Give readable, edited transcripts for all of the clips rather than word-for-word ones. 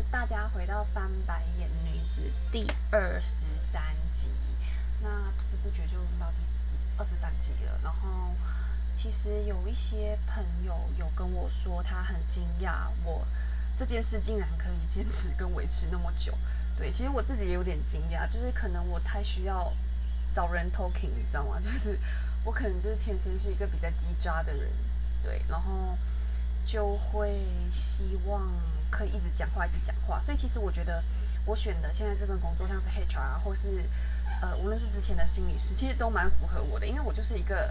大家回到翻白眼女子第23集，那不知不觉就到第23集了。然后其实有一些朋友有跟我说，他很惊讶我这件事竟然可以坚持跟维持那么久。对，其实我自己也有点惊讶，就是可能我太需要找人 talking，你知道吗？就是我可能就是天生是一个比较叽喳的人，对，然后就会希望可以一直讲话，一直讲话。所以其实我觉得我选的现在这份工作，像是 HR 或是无论是之前的心理师，其实都蛮符合我的，因为我就是一个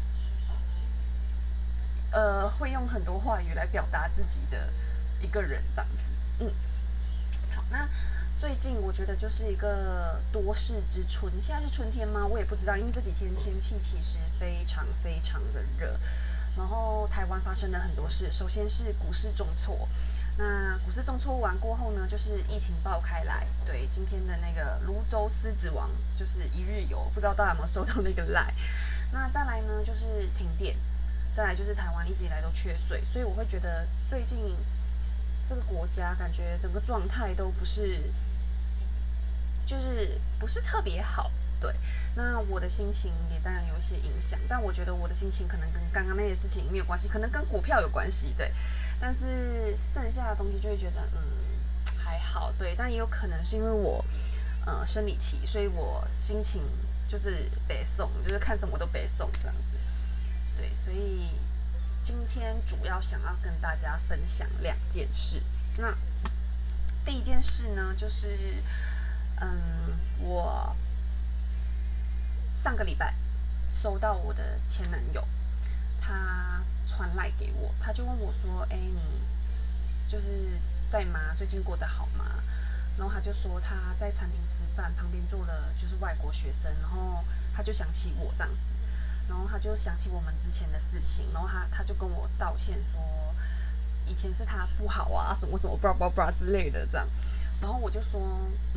会用很多话语来表达自己的一个人，这样子。好，那最近我觉得就是一个多事之春。现在是春天吗？我也不知道，因为这几天天气其实非常非常的热。然后台湾发生了很多事，首先是股市重挫。那股市重挫完过后呢，就是疫情爆开来。对，今天的那个泸州狮子王就是一日游，不知道大家有没有收到那个赖？那再来呢，就是停电。再来就是台湾一直以来都缺水，所以我会觉得最近这个国家感觉整个状态都不是，就是不是特别好。对，那我的心情也当然有一些影响，但我觉得我的心情可能跟刚刚那些事情没有关系，可能跟股票有关系，对。但是剩下的东西就会觉得，还好，对。但也有可能是因为我，生理期，所以我心情就是北宋，就是看什么都北宋这样子。对，所以今天主要想要跟大家分享2件事。那第一件事呢，就是我上个礼拜收到我的前男友，他传来给我，他就问我说：你就是在吗？最近过得好吗？然后他就说他在餐厅吃饭，旁边坐了就是外国学生，然后他就想起我这样子，然后他就想起我们之前的事情，然后他就跟我道歉说，以前是他不好啊，什么什么巴拉巴拉之类的这样，然后我就说，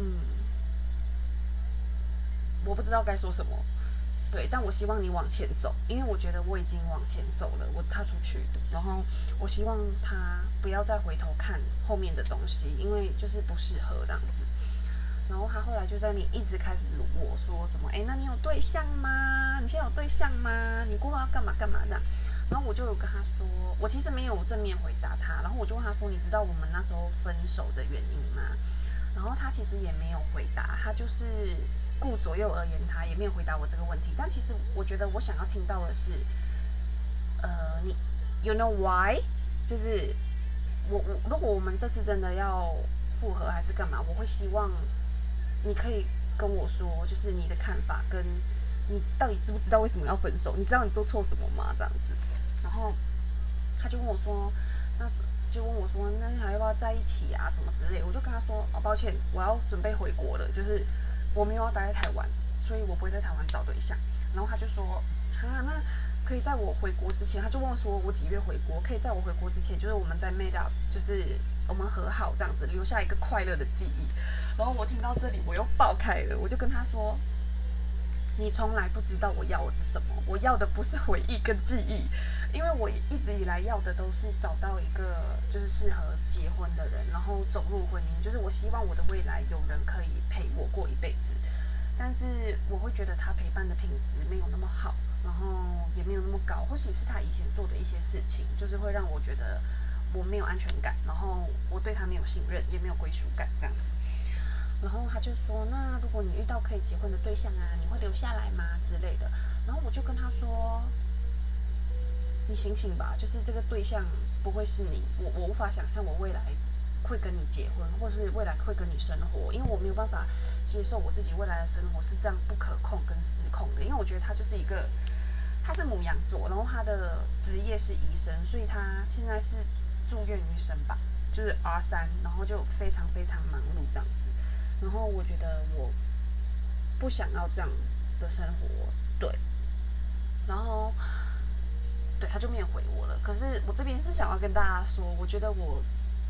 我不知道该说什么，对，但我希望你往前走，因为我觉得我已经往前走了，我踏出去，然后我希望他不要再回头看后面的东西，因为就是不适合这样子。然后他后来就在一直开始撸我说什么，那你有对象吗？你现在有对象吗？你过后要干嘛干嘛的？然后我就有跟他说，我其实没有正面回答他，然后我就问他说，你知道我们那时候分手的原因吗？然后他其实也没有回答，他就是顾左右而言他，也没有回答我这个问题。但其实我觉得我想要听到的是，你 you know why？就是如果我们这次真的要复合还是干嘛，我会希望你可以跟我说，就是你的看法，跟你到底知不知道为什么要分手？你知道你做错什么吗？这样子。然后他就问我说，那就问我说，那还要不要在一起啊？什么之类，我就跟他说，抱歉，我要准备回国了，就是我没有要待在台湾，所以我不会在台湾找对象。然后他就说，那可以在我回国之前，他就问我说我几月回国，可以在我回国之前，就是我们在 made up，就是我们和好这样子，留下一个快乐的记忆。然后我听到这里，我又爆开了，我就跟他说，你从来不知道我要的是什么，我要的不是回忆跟记忆，因为我一直以来要的都是找到一个就是适合结婚的人，然后走入婚姻，就是我希望我的未来有人可以陪我过一辈子。但是我会觉得他陪伴的品质没有那么好，然后也没有那么高，或许是他以前做的一些事情，就是会让我觉得我没有安全感，然后我对他没有信任，也没有归属感这样子。然后他就说，那如果你遇到可以结婚的对象啊，你会留下来吗之类的。然后我就跟他说，你醒醒吧，就是这个对象不会是你，我无法想象我未来会跟你结婚，或是未来会跟你生活，因为我没有办法接受我自己未来的生活是这样不可控跟失控的，因为我觉得他就是一个，他是牡羊座，然后他的职业是医生，所以他现在是住院医生吧，就是 R3，然后就非常非常忙碌这样子。然后我觉得我不想要这样的生活，对。然后对他就没有回我了。可是我这边是想要跟大家说，我觉得我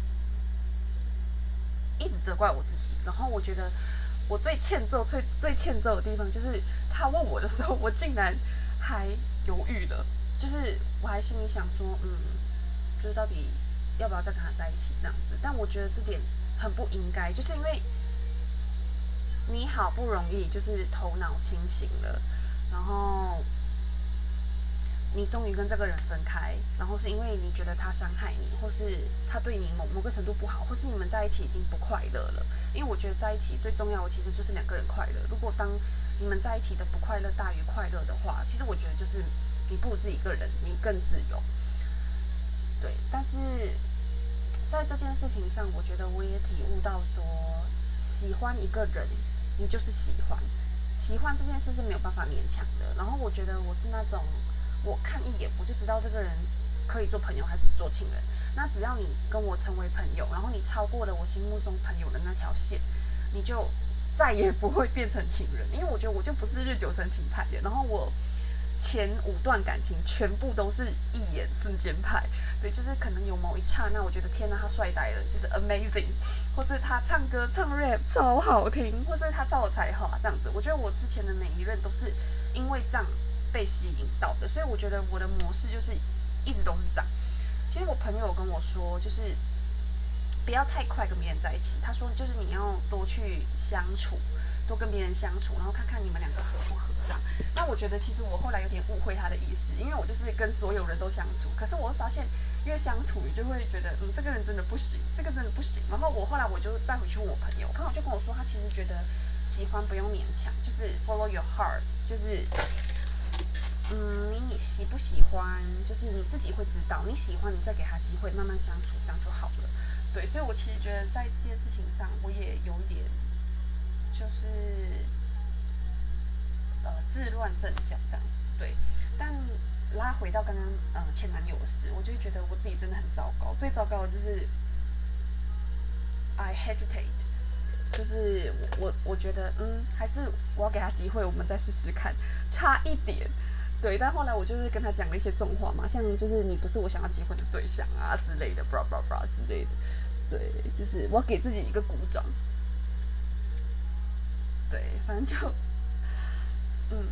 一直责怪我自己，然后我觉得我最欠揍、最欠揍的地方，就是他问我的时候，我竟然还犹豫了，就是我还心里想说，就是到底要不要再跟他在一起这样子。但我觉得这点很不应该，就是因为你好不容易就是头脑清醒了，然后你终于跟这个人分开，然后是因为你觉得他伤害你，或是他对你某个程度不好，或是你们在一起已经不快乐了。因为我觉得在一起最重要的其实就是两个人快乐。如果当你们在一起的不快乐大于快乐的话，其实我觉得就是你不如自己一个人，你更自由。对，但是在这件事情上，我觉得我也体悟到说，喜欢一个人，你就是喜欢，喜欢这件事是没有办法勉强的。然后我觉得我是那种，我看一眼我就知道这个人可以做朋友还是做情人。那只要你跟我成为朋友，然后你超过了我心目中朋友的那条线，你就再也不会变成情人。因为我觉得我就不是日久生情派的，然后我前5段感情全部都是一眼瞬间派，对，就是可能有某一刹那，我觉得天哪，他帅呆了，就是 amazing， 或是他唱歌唱 rap 超好听，或是他超有才华这样子。我觉得我之前的每一任都是因为这样被吸引到的，所以我觉得我的模式就是一直都是这样。其实我朋友跟我说，就是不要太快跟别人在一起。他说，就是你要多去相处，多跟别人相处，然后看看你们两个合不合这样。那我觉得其实我后来有点误会他的意思，因为我就是跟所有人都相处，可是我会发现越相处你就会觉得，这个人真的不行，这个真的不行。然后我后来我就再回去问我朋友，朋友就跟我说，他其实觉得喜欢不用勉强，就是 follow your heart，就是你喜不喜欢，就是你自己会知道。你喜欢，你再给他机会，慢慢相处，这样就好了。对，所以我其实觉得在这件事情上，我也有一点，就是自乱阵脚这样子。对，但拉回到刚刚前男友的事，我就会觉得我自己真的很糟糕。最糟糕的就是 I hesitate，就是我觉得还是我要给他机会，我们再试试看，差一点。对，但后来我就是跟他讲了一些重话嘛，像就是你不是我想要结婚的对象啊之类的，blah blah blah 之类的。对，就是我要给自己一个鼓掌。对，反正就嗯，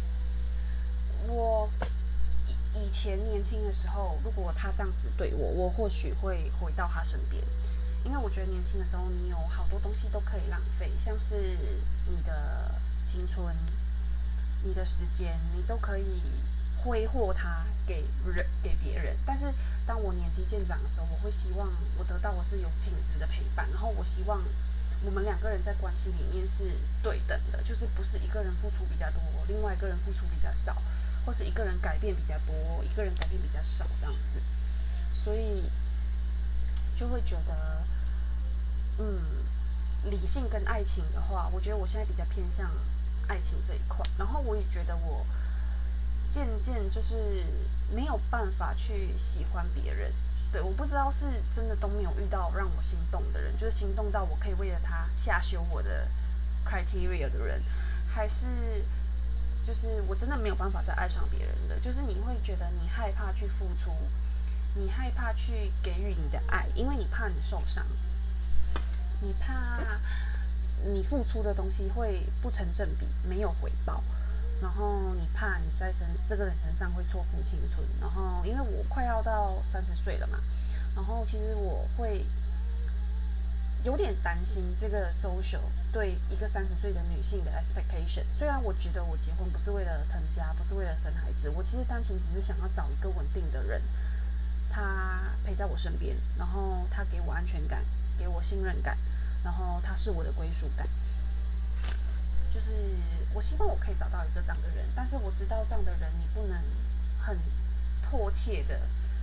我以前年轻的时候，如果他这样子对我，我或许会回到他身边。因为我觉得年轻的时候，你有好多东西都可以浪费，像是你的青春、你的时间，你都可以挥霍它给别人。但是当我年纪渐长的时候，我会希望我得到我是有品质的陪伴，然后我希望我们两个人在关系里面是对等的，就是不是一个人付出比较多，另外一个人付出比较少，或是一个人改变比较多，一个人改变比较少这样子。所以就会觉得，嗯，理性跟爱情的话，我觉得我现在比较偏向爱情这一块。然后我也觉得我渐渐就是没有办法去喜欢别人。对，我不知道是真的都没有遇到让我心动的人，就是心动到我可以为了他下修我的 criteria 的人，还是就是我真的没有办法再爱上别人的。就是你会觉得你害怕去付出，你害怕去给予你的爱，因为你怕你受伤，你怕你付出的东西会不成正比，没有回报。然后你怕你在这个人身上会错付青春。然后因为我快要到30岁了嘛，然后其实我会有点担心这个 social 对一个30岁的女性的 expectation。虽然我觉得我结婚不是为了成家，不是为了生孩子，我其实单纯只是想要找一个稳定的人，他陪在我身边，然后他给我安全感，给我信任感，然后他是我的归属感。就是我希望我可以找到一个这样的人，但是我知道这样的人你不能很迫切的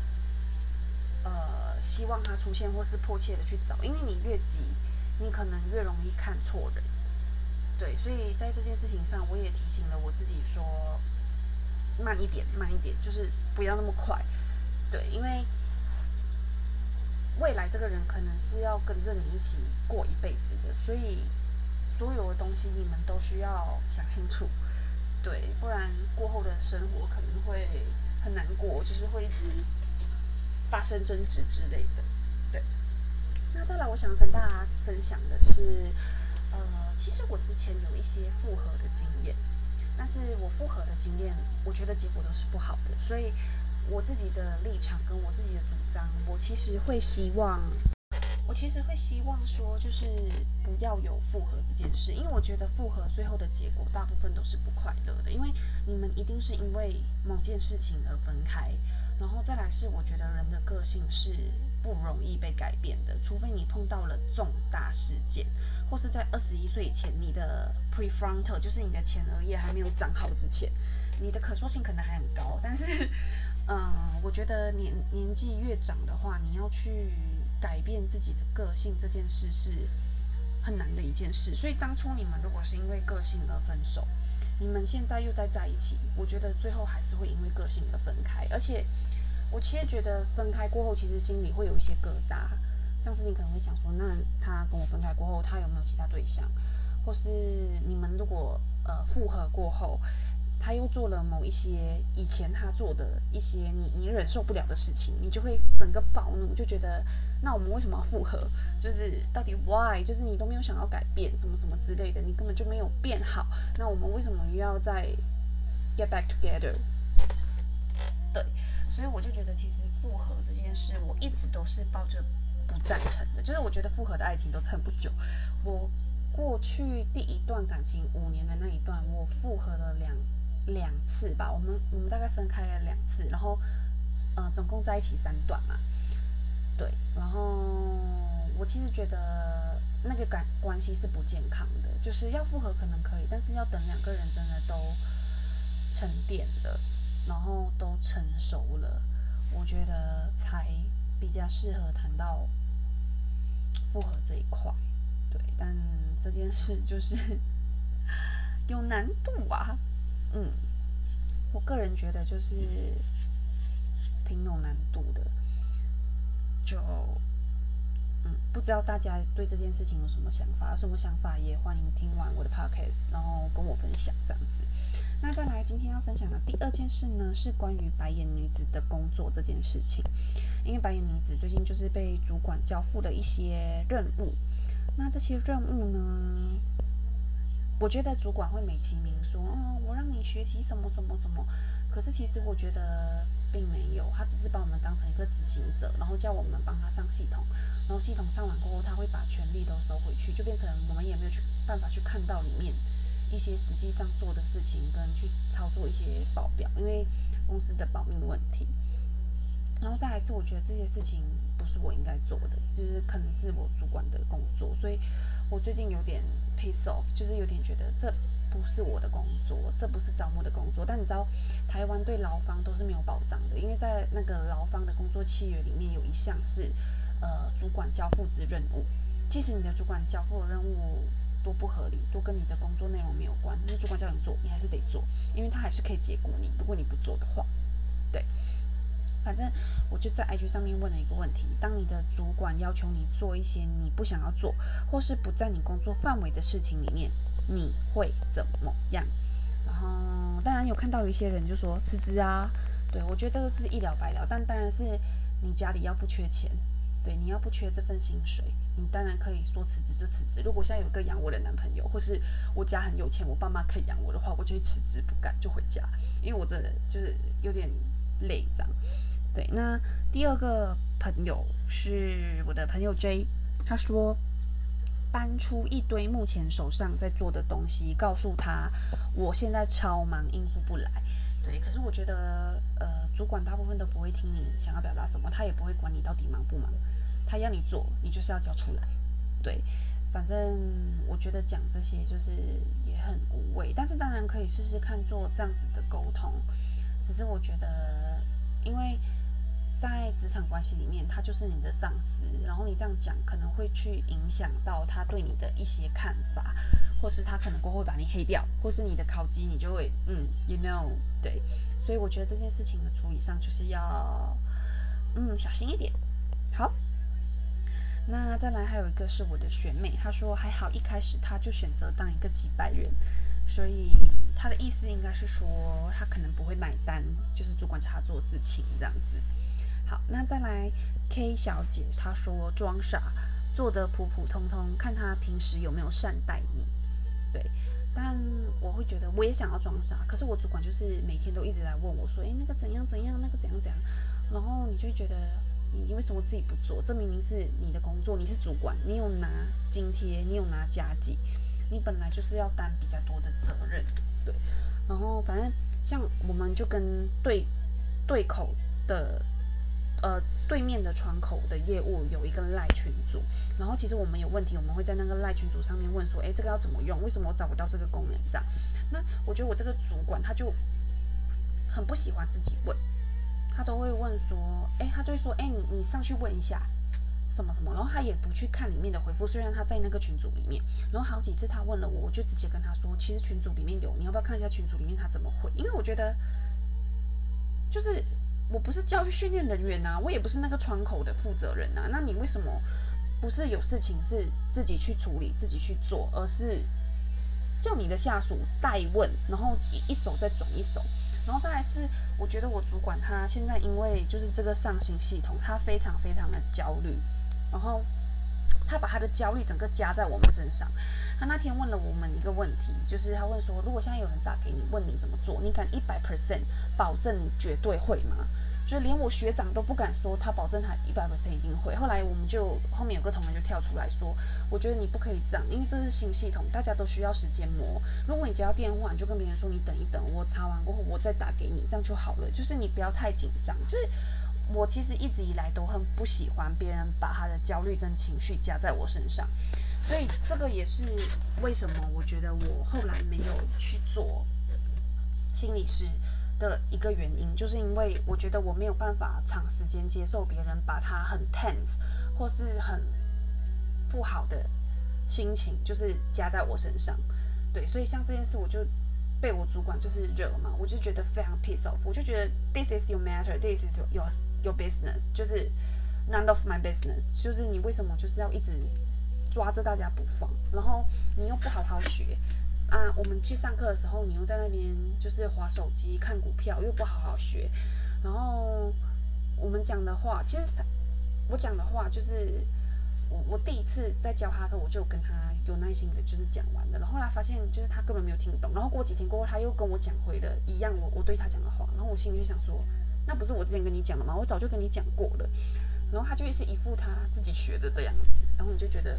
希望他出现，或是迫切的去找，因为你越急，你可能越容易看错人。对，所以在这件事情上，我也提醒了我自己说，慢一点，慢一点，就是不要那么快。对，因为未来这个人可能是要跟着你一起过一辈子的，所以所有的东西你们都需要想清楚。对，不然过后的生活可能会很难过，就是会一直发生争执之类的。对，那再来，我想要跟大家分享的是，其实我之前有一些复合的经验，但是我复合的经验，我觉得结果都是不好的，所以我自己的立场跟我自己的主张，我其实会希望我其实会希望说，就是不要有复合这件事，因为我觉得复合最后的结果大部分都是不快乐的，因为你们一定是因为某件事情而分开，然后再来是我觉得人的个性是不容易被改变的，除非你碰到了重大事件，或是在21岁以前，你的 prefrontal 就是你的前额叶还没有长好之前，你的可塑性可能还很高，但是我觉得年纪越长的话，你要去改变自己的个性这件事是很难的一件事。所以当初你们如果是因为个性而分手，你们现在又在一起，我觉得最后还是会因为个性而分开。而且我其实觉得分开过后，其实心里会有一些疙瘩，像是你可能会想说，那他跟我分开过后，他有没有其他对象？或是你们如果复合过后，他又做了某一些以前他做的一些你忍受不了的事情，你就会整个暴怒，就觉得那我们为什么要复合？就是到底 why？就是你都没有想要改变什么什么之类的，你根本就没有变好，那我们为什么又要再 get back together？对，所以我就觉得其实复合这件事，我一直都是抱着不赞成的，就是我觉得复合的爱情都撑不久。我过去第一段感情5年的那一段，我复合了两次吧，我们大概分开了2次，然后总共在一起3段嘛，对，然后我其实觉得那个关系是不健康的，就是要复合可能可以，但是要等2个人真的都沉淀了，然后都成熟了，我觉得才比较适合谈到复合这一块。对，但这件事就是有难度啊，嗯，我个人觉得就是挺有难度的，就不知道大家对这件事情有什么想法？有什么想法也欢迎听完我的 podcast，然后跟我分享这样子。那再来，今天要分享的第2件事呢，是关于白眼女子的工作这件事情。因为白眼女子最近就是被主管交付了一些任务，那这些任务呢，我觉得主管会美其名说，我让你学习什么什么什么，可是其实我觉得并没有，他只是把我们当成一个执行者，然后叫我们帮他上系统，然后系统上完过后，他会把权利都收回去，就变成我们也没有办法去看到里面一些实际上做的事情，跟去操作一些报表，因为公司的保密问题。然后再来是，我觉得这些事情不是我应该做的，就是可能是我主管的工作，所以我最近有点 piss off，就是有点觉得这不是我的工作，这不是招募的工作。但你知道，台湾对劳方都是没有保障的，因为在那个劳方的工作契约里面有一项是，主管交付之任务。即使你的主管交付的任务多不合理，多跟你的工作内容没有关，但是主管叫你做，你还是得做，因为他还是可以解雇你，如果你不做的话，对。反正我就在 IG 上面问了一个问题：当你的主管要求你做一些你不想要做，或是不在你工作范围的事情里面，你会怎么样？然后当然有看到有一些人就说辞职啊，对，我觉得这个是一了百了，但当然是你家里要不缺钱，对，你要不缺这份薪水，你当然可以说辞职就辞职。如果现在有一个养我的男朋友，或是我家很有钱，我爸妈可以养我的话，我就会辞职不干就回家，因为我真的就是有点累这样。对，那第2个朋友是我的朋友 J， 他说搬出一堆目前手上在做的东西，告诉他我现在超忙，应付不来。对，可是我觉得，主管大部分都不会听你想要表达什么，他也不会管你到底忙不忙，他要你做，你就是要交出来。对，反正我觉得讲这些就是也很无谓，但是当然可以试试看做这样子的沟通。只是我觉得，因为在职场关系里面，他就是你的上司，然后你这样讲可能会去影响到他对你的一些看法，或是他可能过后会把你黑掉，或是你的考绩你就会you know， 对，所以我觉得这件事情的处理上就是要小心一点。好，那再来还有一个是我的学妹，她说还好一开始她就选择当一个几百人，所以她的意思应该是说她可能不会买单，就是主管叫她做事情这样子。好，那再来 K 小姐，她说装傻，做得普普通通，看她平时有没有善待你。对，但我会觉得我也想要装傻，可是我主管就是每天都一直来问我说，那个怎样怎样，那个怎样怎样，然后你就会觉得你为什么自己不做？这明明是你的工作，你是主管，你有拿津贴，你有拿加给，你本来就是要担比较多的责任，对。然后反正像我们就跟对口的对面的窗口的业务有一个赖群组，然后其实我们有问题，我们会在那个赖群组上面问说，这个要怎么用？为什么我找不到这个功能？这样，那我觉得我这个主管他就很不喜欢自己问，他都会问说，他就会说，你上去问一下什么什么，然后他也不去看里面的回复，虽然他在那个群组里面，然后好几次他问了我，我就直接跟他说，其实群组里面有，你要不要看一下群组里面他怎么回？因为我觉得就是我不是教育训练人员啊，我也不是那个窗口的负责人啊，那你为什么不是有事情是自己去处理、自己去做，而是叫你的下属代问，然后一手再转一手？然后再来是，我觉得我主管他现在因为就是这个上行系统，他非常非常的焦虑，然后他把他的焦虑整个加在我们身上。他那天问了我们一个问题，就是他问说，如果现在有人打给你，问你怎么做，你敢100% 保证你绝对会吗？就是连我学长都不敢说他保证他100% 一定会。后来我们就后面有个同仁就跳出来说，我觉得你不可以这样，因为这是新系统，大家都需要时间磨。如果你接到电话，你就跟别人说你等一等，我查完过后我再打给你，这样就好了。就是你不要太紧张。就是我其实一直以来都很不喜欢别人把他的焦虑跟情绪加在我身上，所以这个也是为什么我觉得我后来没有去做心理师的一个原因，就是因为我觉得我没有办法长时间接受别人把他很 tense 或是很不好的心情就是加在我身上。对，所以像这件事我就被我主管就是惹嘛，我就觉得非常 piss off， 我就觉得 this is your matter, this is your business， 就是 none of my business， 就是你为什么就是要一直抓着大家不放，然后你又不好好学啊，我们去上课的时候你又在那边就是滑手机看股票，又不好好学，然后我们讲的话，其实我讲的话就是我第一次在教他的时候，我就跟他有耐心的，就是讲完了。然后后来发现，就是他根本没有听懂。然后过几天过后，他又跟我讲回了一样我对他讲的话。然后我心里就想说，那不是我之前跟你讲的吗？我早就跟你讲过了。然后他就是一副他自己学的样子。然后你就觉得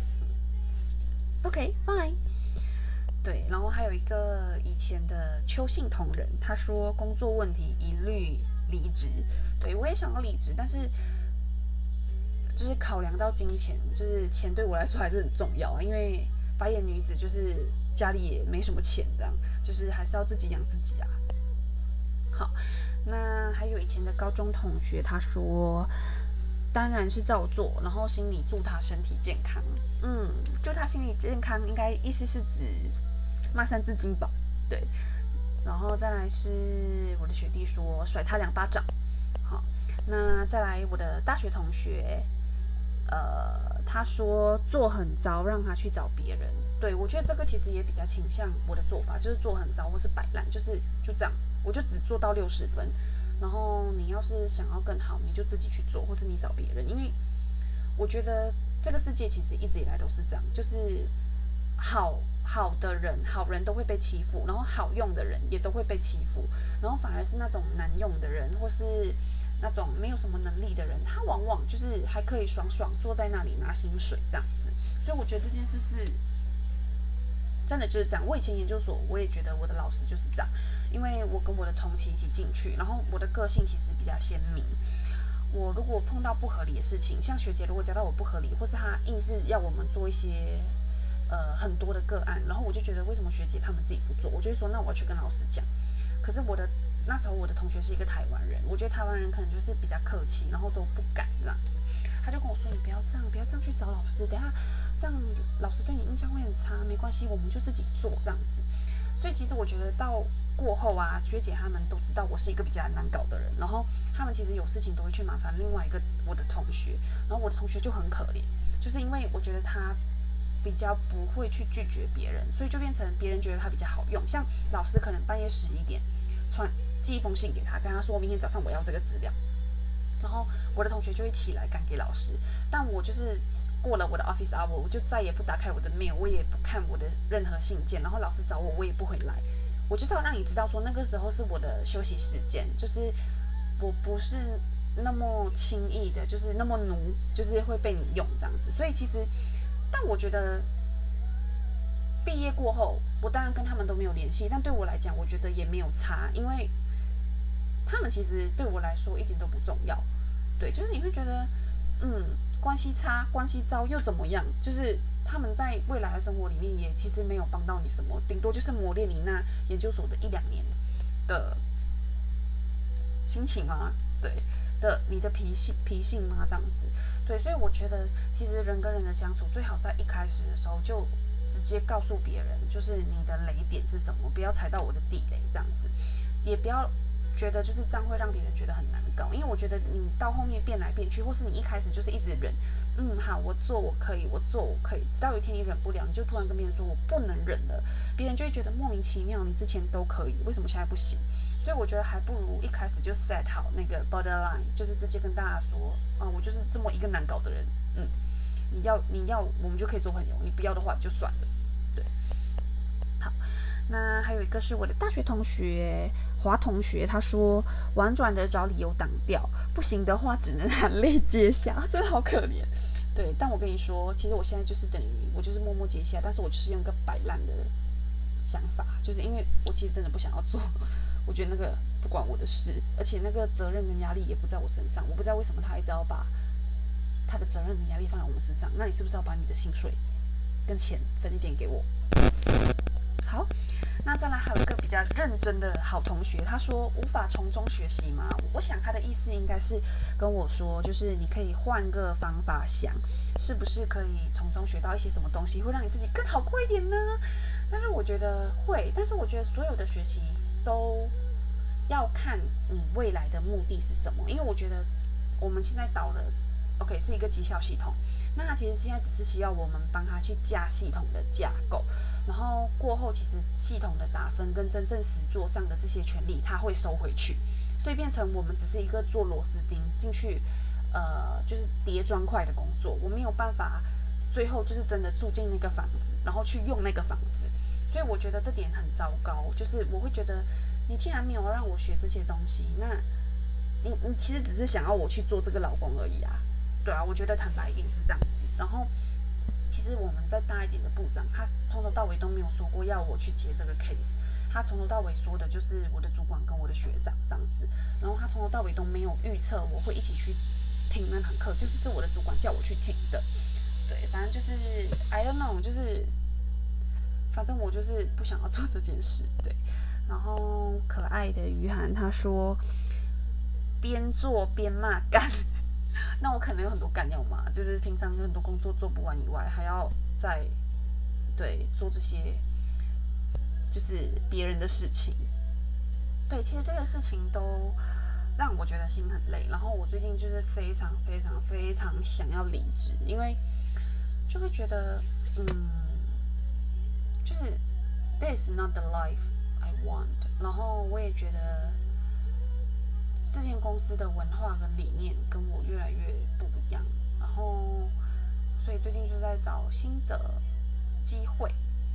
，OK fine。对，然后还有一个以前的邱姓同仁，他说工作问题一律离职。对，我也想要离职，但是就是考量到金钱，就是钱对我来说还是很重要啊，因为白眼女子就是家里也没什么钱，这样就是还是要自己养自己啊。好，那还有以前的高中同学，他说当然是照做，然后心里祝他身体健康。祝他心理健康，应该意思是指骂三字经吧？对。然后再来是我的学弟说甩他2巴掌。好，那再来我的大学同学，他说做很糟，让他去找别人。对，我觉得这个其实也比较倾向我的做法，就是做很糟或是摆烂，就这样，我就只做到60分。然后你要是想要更好，你就自己去做，或是你找别人。因为我觉得这个世界其实一直以来都是这样，就是好的人，好人都会被欺负，然后好用的人也都会被欺负，然后反而是那种难用的人，或是那种没有什么能力的人，他往往就是还可以爽爽坐在那里拿薪水这样子。所以我觉得这件事是真的就是这样。我以前研究所，我也觉得我的老师就是这样，因为我跟我的同期一起进去，然后我的个性其实比较鲜明。我如果碰到不合理的事情，像学姐如果教到我不合理，或是她硬是要我们做一些很多的个案，然后我就觉得为什么学姐他们自己不做，我就会说那我要去跟老师讲。可是那时候我的同学是一个台湾人，我觉得台湾人可能就是比较客气，然后都不敢这样子。他就跟我说你不要这样，不要这样去找老师，等一下这样老师对你印象会很差，没关系，我们就自己做这样子。所以其实我觉得到过后啊，学姐他们都知道我是一个比较难搞的人，然后他们其实有事情都会去麻烦另外一个我的同学，然后我的同学就很可怜，就是因为我觉得他比较不会去拒绝别人，所以就变成别人觉得他比较好用。像老师可能半夜11点寄一封信给他，跟他说明天早上我要这个资料，然后我的同学就会起来赶给老师，但我就是过了我的 office hour， 我就再也不打开我的 mail， 我也不看我的任何信件，然后老师找我，我也不回来。我就是要让你知道说那个时候是我的休息时间，就是我不是那么轻易的，就是那么奴，就是会被你用这样子。所以其实，但我觉得毕业过后，我当然跟他们都没有联系，但对我来讲，我觉得也没有差，因为他们其实对我来说一点都不重要。对，就是你会觉得，关系差、关系糟又怎么样？就是他们在未来的生活里面也其实没有帮到你什么，顶多就是磨练你那研究所的1-2年的心情吗？对的，你的脾性吗？这样子，对，所以我觉得其实人跟人的相处，最好在一开始的时候就直接告诉别人，就是你的雷点是什么，不要踩到我的地雷，这样子，也不要觉得就是这样会让别人觉得很难搞，因为我觉得你到后面变来变去，或是你一开始就是一直忍，好，我做我可以，我做我可以，到有一天你忍不了，你就突然跟别人说我不能忍了，别人就会觉得莫名其妙，你之前都可以，为什么现在不行？所以我觉得还不如一开始就 set 好那个 borderline，就是直接跟大家说，我就是这么一个难搞的人，你要我们就可以做朋友，你不要的话就算了，对。好，那还有一个是我的大学同学华同学，他说婉转的找理由挡掉，不行的话只能含泪接下，真的好可怜。对，但我跟你说，其实我现在就是等于我就是默默接下，但是我就是用一个摆烂的想法，就是因为我其实真的不想要做，我觉得那个不关我的事，而且那个责任跟压力也不在我身上，我不知道为什么他一直要把他的责任跟压力放在我们身上，那你是不是要把你的薪水跟钱分一点给我？好，那再来还有一个比较认真的好同学，他说无法从中学习吗？我想他的意思应该是跟我说，就是你可以换个方法想，是不是可以从中学到一些什么东西，会让你自己更好过一点呢？但是我觉得会，但是我觉得所有的学习都要看你未来的目的是什么，因为我觉得我们现在导了 OK 是一个绩效系统，那它其实现在只是需要我们帮他去架系统的架构，然后过后其实系统的打分跟真正实作上的这些权利，他会收回去，所以变成我们只是一个做螺丝钉进去，就是叠砖块的工作，我没有办法最后就是真的住进那个房子，然后去用那个房子，所以我觉得这点很糟糕，就是我会觉得你既然没有让我学这些东西，那你其实只是想要我去做这个劳工而已啊。对啊，我觉得坦白一点是这样子。然后，其实我们再大一点的部长，他从头到尾都没有说过要我去接这个 case，他从头到尾说的就是我的主管跟我的学长这样子。然后他从头到尾都没有预测我会一起去听那堂课，就是我的主管叫我去听的。对，反正就是 I don't know，就是反正我就是不想要做这件事。对，然后可爱的于涵他说边做边骂干。那我可能有很多干要嘛，就是平常有很多工作做不完以外，还要再做这些就是别人的事情。对，其实这个事情都让我觉得心很累。然后我最近就是非常非常非常想要离职，因为就会觉得，就是 this is not the life I want。然后我也觉得这间公司的文化跟理念跟我越来越不一样，然后所以最近就在找新的机会，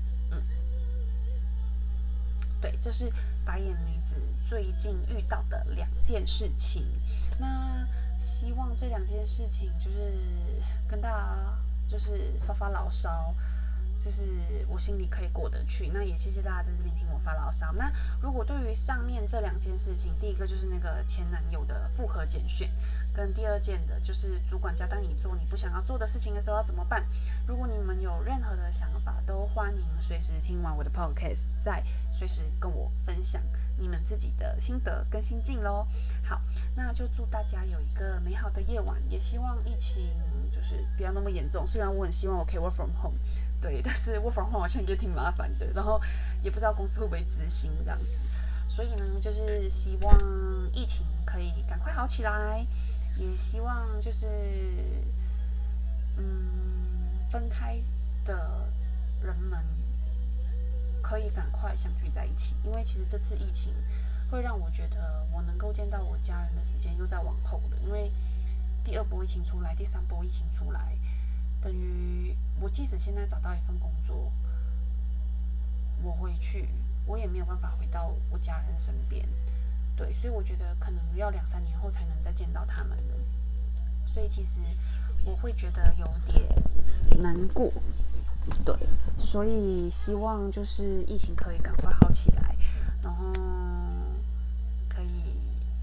对，这是白眼女子最近遇到的2件事情。那希望这2件事情就是跟大家就是发发牢骚，就是我心里可以过得去。那也谢谢大家在这边听我发牢骚。那如果对于上面这2件事情，第一个就是那个前男友的复合简讯，跟第2件的就是主管交代你做你不想要做的事情的时候要怎么办。如果你们有任何的想法，都欢迎随时听完我的 podcast， 再随时跟我分享你们自己的心得跟心境咯。好，那就祝大家有一个美好的夜晚，也希望疫情就是不要那么严重。虽然我很希望我可以 work from home， 对，但是 work from home 好像也挺麻烦的，然后也不知道公司会不会执行这样子。所以呢，就是希望疫情可以赶快好起来，也希望就是分开的人们可以赶快相聚在一起，因为其实这次疫情会让我觉得我能够见到我家人的时间又在往后了，因为第2波疫情出来，第3波疫情出来，等于我即使现在找到一份工作，我回去我也没有办法回到我家人身边， 对，所以我觉得可能要2、3年后才能再见到他们了。所以其实我会觉得有点难过，对，所以希望就是疫情可以赶快好起来，然后可以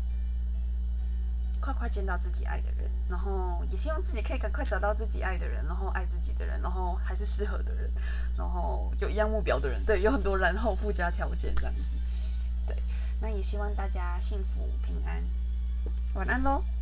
快快见到自己爱的人，然后也希望自己可以赶快找到自己爱的人，然后爱自己的人，然后还是适合的人，然后有一样目标的人，对，有很多然后附加条件这样子，对，那也希望大家幸福平安，晚安喽。